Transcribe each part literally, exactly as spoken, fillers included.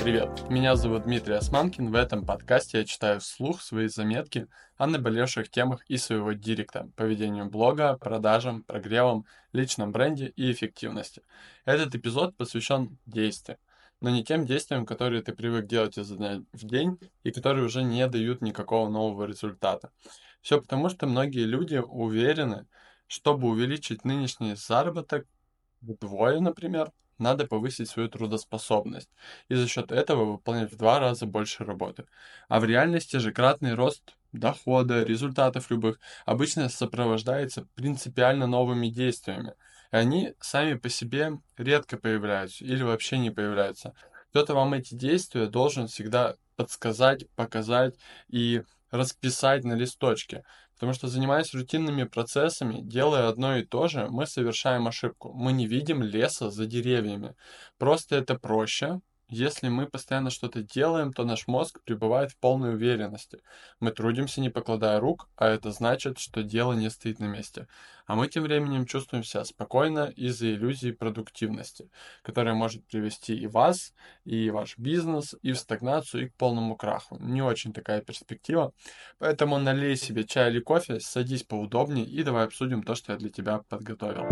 Привет, меня зовут Дмитрий Османкин. В этом подкасте я читаю вслух свои заметки о наболевших темах из своего директа по ведению блога, продажам, прогревам, личном бренде и эффективности. Этот эпизод посвящен действиям, но не тем действиям, которые ты привык делать изо дня в день и которые уже не дают никакого нового результата. Все потому, что многие люди уверены, чтобы увеличить нынешний заработок вдвое, например, надо повысить свою трудоспособность и за счет этого выполнять в два раза больше работы. А в реальности же кратный рост дохода, результатов любых обычно сопровождается принципиально новыми действиями. И они сами по себе редко появляются или вообще не появляются. Кто-то вам эти действия должен всегда подсказать, показать и расписать на листочке. Потому что, занимаясь рутинными процессами, делая одно и то же, мы совершаем ошибку. Мы не видим леса за деревьями. Просто это проще. Если мы постоянно что-то делаем, то наш мозг пребывает в полной уверенности. Мы трудимся, не покладая рук, а это значит, что дело не стоит на месте. А мы тем временем чувствуем себя спокойно из-за иллюзии продуктивности, которая может привести и вас, и ваш бизнес, и в стагнацию, и к полному краху. Не очень такая перспектива. Поэтому налей себе чай или кофе, садись поудобнее и давай обсудим то, что я для тебя подготовил.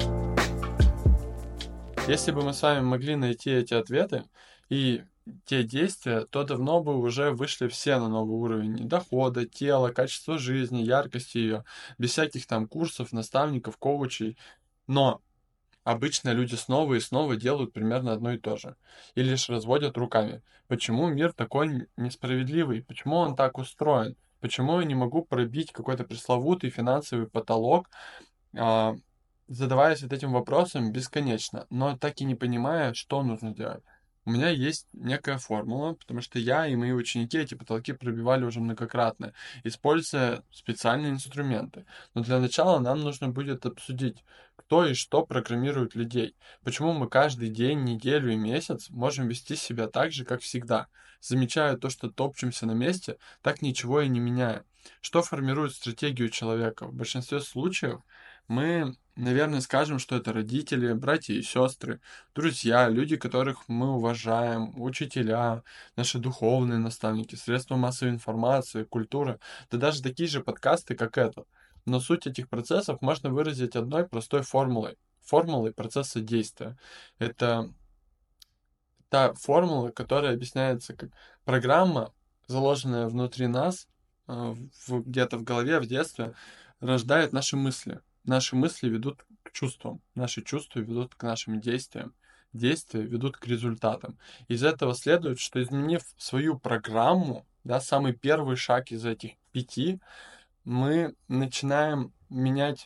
Если бы мы с вами могли найти эти ответы и те действия, то давно бы уже вышли все на новый уровень дохода, тела, качества жизни, яркости ее, без всяких там курсов, наставников, коучей. Но обычно люди снова и снова делают примерно одно и то же. И лишь разводят руками. Почему мир такой несправедливый? Почему он так устроен? Почему я не могу пробить какой-то пресловутый финансовый потолок, а, задаваясь вот этим вопросом бесконечно, но так и не понимая, что нужно делать? У меня есть некая формула, потому что я и мои ученики эти потолки пробивали уже многократно, используя специальные инструменты. Но для начала нам нужно будет обсудить, кто и что программирует людей. Почему мы каждый день, неделю и месяц можем вести себя так же, как всегда, замечая то, что топчемся на месте, так ничего и не меняя. Что формирует стратегию человека? В большинстве случаев мы, наверное, скажем, что это родители, братья и сестры, друзья, люди, которых мы уважаем, учителя, наши духовные наставники, средства массовой информации, культура, да даже такие же подкасты, как этот. Но суть этих процессов можно выразить одной простой формулой. Формулой процесса действия. Это та формула, которая объясняется как программа, заложенная внутри нас, э, в- где-то в голове, в детстве, рождает наши мысли. Наши мысли ведут к чувствам, наши чувства ведут к нашим действиям, действия ведут к результатам. Из этого следует, что изменив свою программу, да, самый первый шаг из этих пяти, мы начинаем менять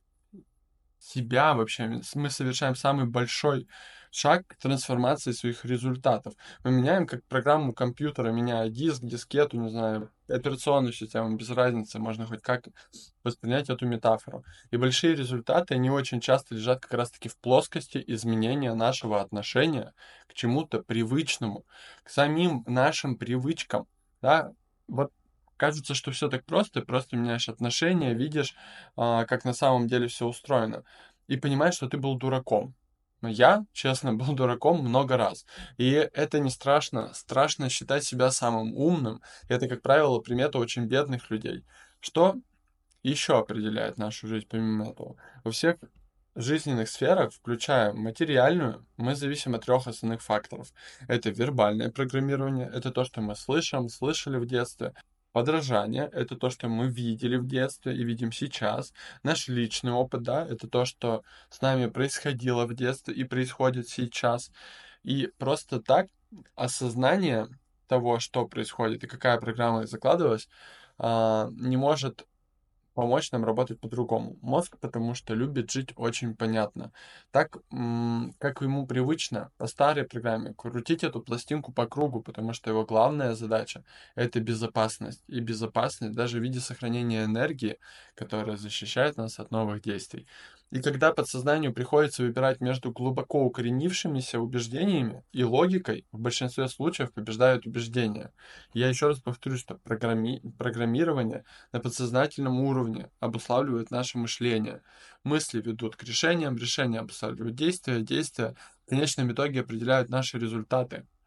себя вообще. Мы совершаем самый большой шаг к трансформации своих результатов. Мы меняем, как программу компьютера, меняя диск, дискету, не знаю, операционную систему, без разницы, можно хоть как воспринять эту метафору. И большие результаты, они очень часто лежат как раз-таки в плоскости изменения нашего отношения к чему-то привычному, к самим нашим привычкам, да. Вот кажется, что все так просто, просто меняешь отношения, видишь, а, как на самом деле все устроено, и понимаешь, что ты был дураком. Но я, честно, был дураком много раз. И это не страшно. Страшно считать себя самым умным. И это, как правило, примета очень бедных людей. Что еще определяет нашу жизнь помимо этого? Во всех жизненных сферах, включая материальную, мы зависим от трех основных факторов. Это вербальное программирование, это то, что мы слышим, слышали в детстве. Подражание — это то, что мы видели в детстве и видим сейчас. Наш личный опыт, да, это то, что с нами происходило в детстве и происходит сейчас. И просто так осознание того, что происходит и какая программа закладывалась, а, не может помочь нам работать по-другому. Мозг, потому что любит жить очень понятно. Так, м, как ему привычно, по старой программе, крутить эту пластинку по кругу, потому что его главная задача — это безопасность. И безопасность даже в виде сохранения энергии, которая защищает нас от новых действий. И когда подсознанию приходится выбирать между глубоко укоренившимися убеждениями и логикой, в большинстве случаев побеждают убеждения. Я еще раз повторю, что программи- программирование на подсознательном уровне обуславливает наше мышление. Мысли ведут к решениям, решения обуславливают действия, действия в конечном итоге определяют наши результаты.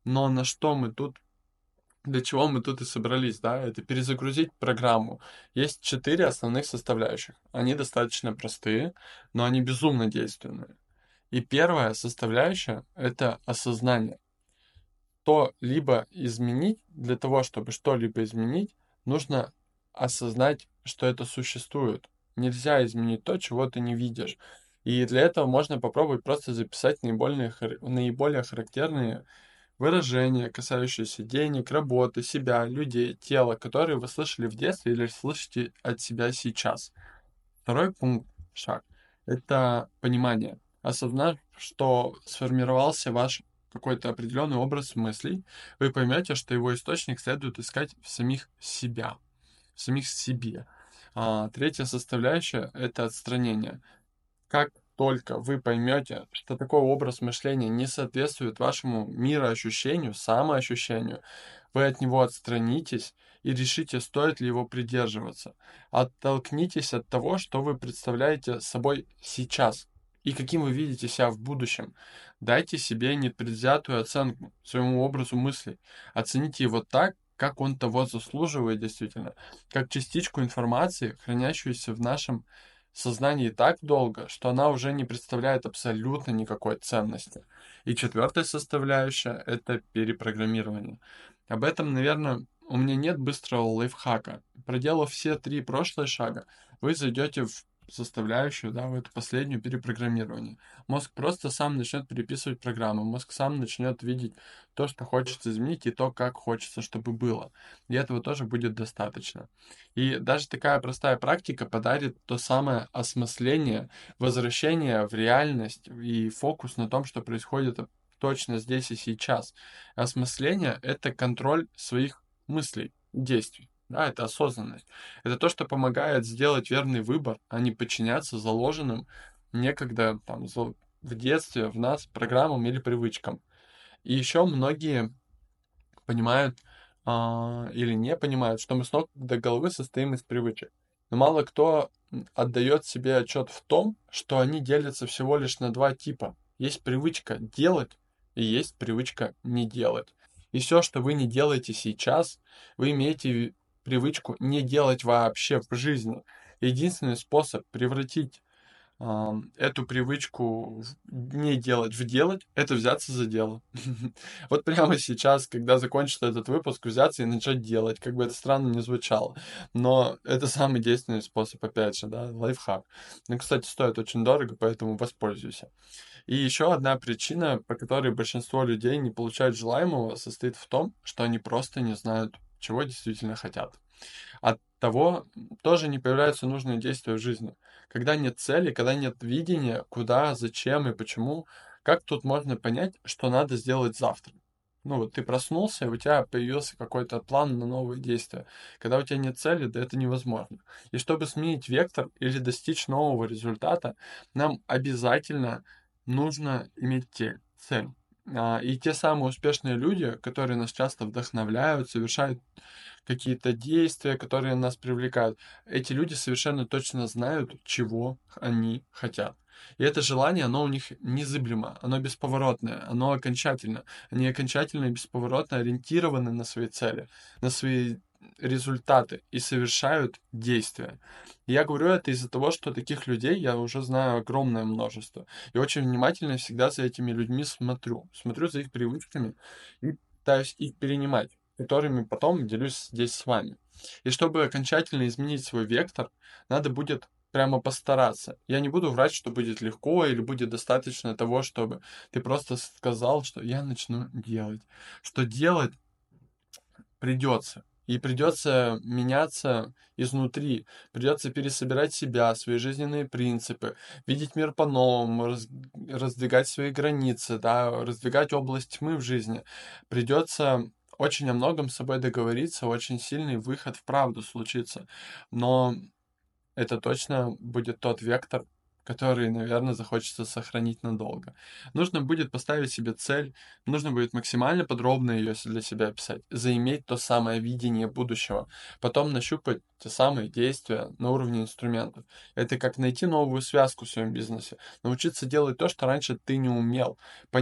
Но на что мы тут, для чего мы тут и собрались, да? Это перезагрузить программу. Есть четыре основных составляющих. Они достаточно простые, но они безумно действенные. И первая составляющая — это осознание. Что-либо изменить, для того, чтобы что-либо изменить, нужно осознать, что это существует. Нельзя изменить то, чего ты не видишь. И для этого можно попробовать просто записать наиболее, хар- наиболее характерные выражения, касающиеся денег, работы, себя, людей, тела, которые вы слышали в детстве или слышите от себя сейчас. Второй пункт, шаг — это понимание. Осознав, что сформировался ваш какой-то определенный образ мыслей, вы поймете, что его источник следует искать в самих себя, в самих себе. А, третья составляющая — это отстранение. Как только вы поймете, что такой образ мышления не соответствует вашему мироощущению, самоощущению, вы от него отстранитесь и решите, стоит ли его придерживаться. Оттолкнитесь от того, что вы представляете собой сейчас и каким вы видите себя в будущем. Дайте себе непредвзятую оценку своему образу мыслей. Оцените его так, как он того заслуживает действительно, как частичку информации, хранящуюся в нашем сознании так долго, что она уже не представляет абсолютно никакой ценности. И четвертая составляющая — это перепрограммирование. Об этом, наверное, у меня нет быстрого лайфхака. Проделав все три прошлые шага, вы зайдете в составляющую, да, в эту последнюю, перепрограммирование. Мозг просто сам начнет переписывать программы, мозг сам начнет видеть то, что хочется изменить, и то, как хочется, чтобы было. И этого тоже будет достаточно. И даже такая простая практика подарит то самое осмысление, возвращение в реальность и фокус на том, что происходит точно здесь и сейчас. Осмысление — это контроль своих мыслей, действий. Да, это осознанность. Это то, что помогает сделать верный выбор, а не подчиняться заложенным некогда там зо- в детстве в нас программам или привычкам. И еще многие понимают а, или не понимают, что мы с ног до головы состоим из привычек. Но мало кто м, отдает себе отчет в том, что они делятся всего лишь на два типа. Есть привычка делать и есть привычка не делать. И все, что вы не делаете сейчас, вы имеете в- привычку не делать вообще в жизни. Единственный способ превратить ам, эту привычку в- не делать в делать — это взяться за дело. Вот прямо сейчас, когда закончится этот выпуск, взяться и начать делать, как бы это странно не звучало. Но это самый действенный способ, опять же, да, лайфхак. Ну, кстати, стоит очень дорого, поэтому воспользуйся. И еще одна причина, по которой большинство людей не получают желаемого, состоит в том, что они просто не знают, чего действительно хотят. От того тоже не появляются нужные действия в жизни. Когда нет цели, когда нет видения, куда, зачем и почему, как тут можно понять, что надо сделать завтра? Ну вот ты проснулся, и у тебя появился какой-то план на новые действия. Когда у тебя нет цели, да это невозможно. И чтобы сменить вектор или достичь нового результата, нам обязательно нужно иметь те- цель. А, И те самые успешные люди, которые нас часто вдохновляют, совершают какие-то действия, которые нас привлекают. Эти люди совершенно точно знают, чего они хотят. И это желание, оно у них незыблемо, оно бесповоротное, оно окончательно. Они окончательно и бесповоротно ориентированы на свои цели, на свои результаты и совершают действия. И я говорю это из-за того, что таких людей я уже знаю огромное множество. И очень внимательно всегда за этими людьми смотрю. Смотрю за их привычками и пытаюсь их перенимать, которыми потом делюсь здесь с вами. И чтобы окончательно изменить свой вектор, надо будет прямо постараться. Я не буду врать, что будет легко или будет достаточно того, чтобы ты просто сказал, что я начну делать. Что делать придется. И придется меняться изнутри, придется пересобирать себя, свои жизненные принципы, видеть мир по-новому, раз- раздвигать свои границы, да, раздвигать область тьмы в жизни. Придется очень о многом с собой договориться, очень сильный выход в правду случится. Но это точно будет тот вектор, который, наверное, захочется сохранить надолго. Нужно будет поставить себе цель, нужно будет максимально подробно ее для себя описать, заиметь то самое видение будущего, потом нащупать те самые действия на уровне инструментов. Это как найти новую связку в своем бизнесе, научиться делать то, что раньше ты не умел, понять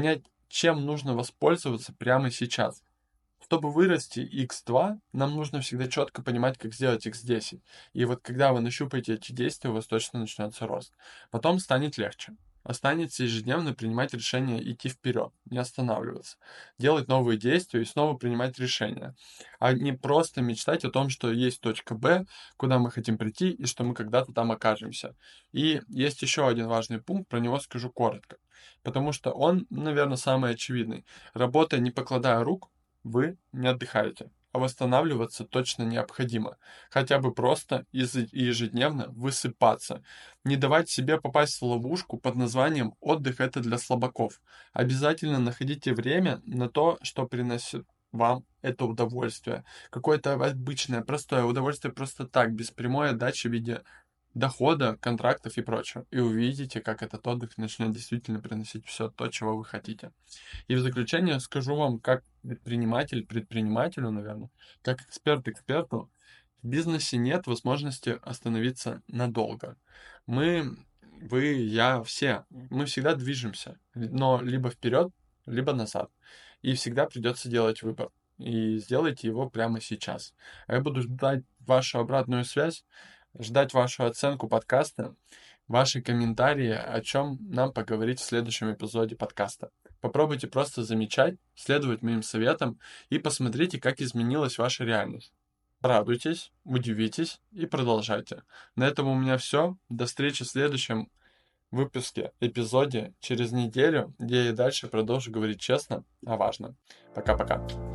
чем нужно воспользоваться прямо сейчас. Чтобы вырасти икс два, нам нужно всегда четко понимать, как сделать икс десять. И вот когда вы нащупаете эти действия, у вас точно начнется рост. Потом станет легче. Останется ежедневно принимать решения идти вперед, не останавливаться, делать новые действия и снова принимать решения, а не просто мечтать о том, что есть точка Б, куда мы хотим прийти и что мы когда-то там окажемся. И есть еще один важный пункт, про него скажу коротко, потому что он, наверное, самый очевидный. Работая не покладая рук, вы не отдыхаете, а восстанавливаться точно необходимо. Хотя бы просто из- ежедневно высыпаться. Не давать себе попасть в ловушку под названием «отдых это для слабаков». Обязательно находите время на то, что приносит вам это удовольствие. Какое-то обычное, простое удовольствие просто так, без прямой отдачи в виде дохода, контрактов и прочего. И увидите, как этот отдых начнет действительно приносить все то, чего вы хотите. И в заключение скажу вам, как предприниматель предпринимателю, наверное, как эксперт эксперту, в бизнесе нет возможности остановиться надолго. Мы, вы, я, все, мы всегда движемся, но либо вперед, либо назад. И всегда придется делать выбор. И сделайте его прямо сейчас. А я буду ждать вашу обратную связь, ждать вашу оценку подкаста, ваши комментарии, о чем нам поговорить в следующем эпизоде подкаста. Попробуйте просто замечать, следовать моим советам и посмотрите, как изменилась ваша реальность. Радуйтесь, удивитесь и продолжайте. На этом у меня все. До встречи в следующем выпуске, эпизоде через неделю, где я и дальше продолжу говорить честно о важном. Пока-пока.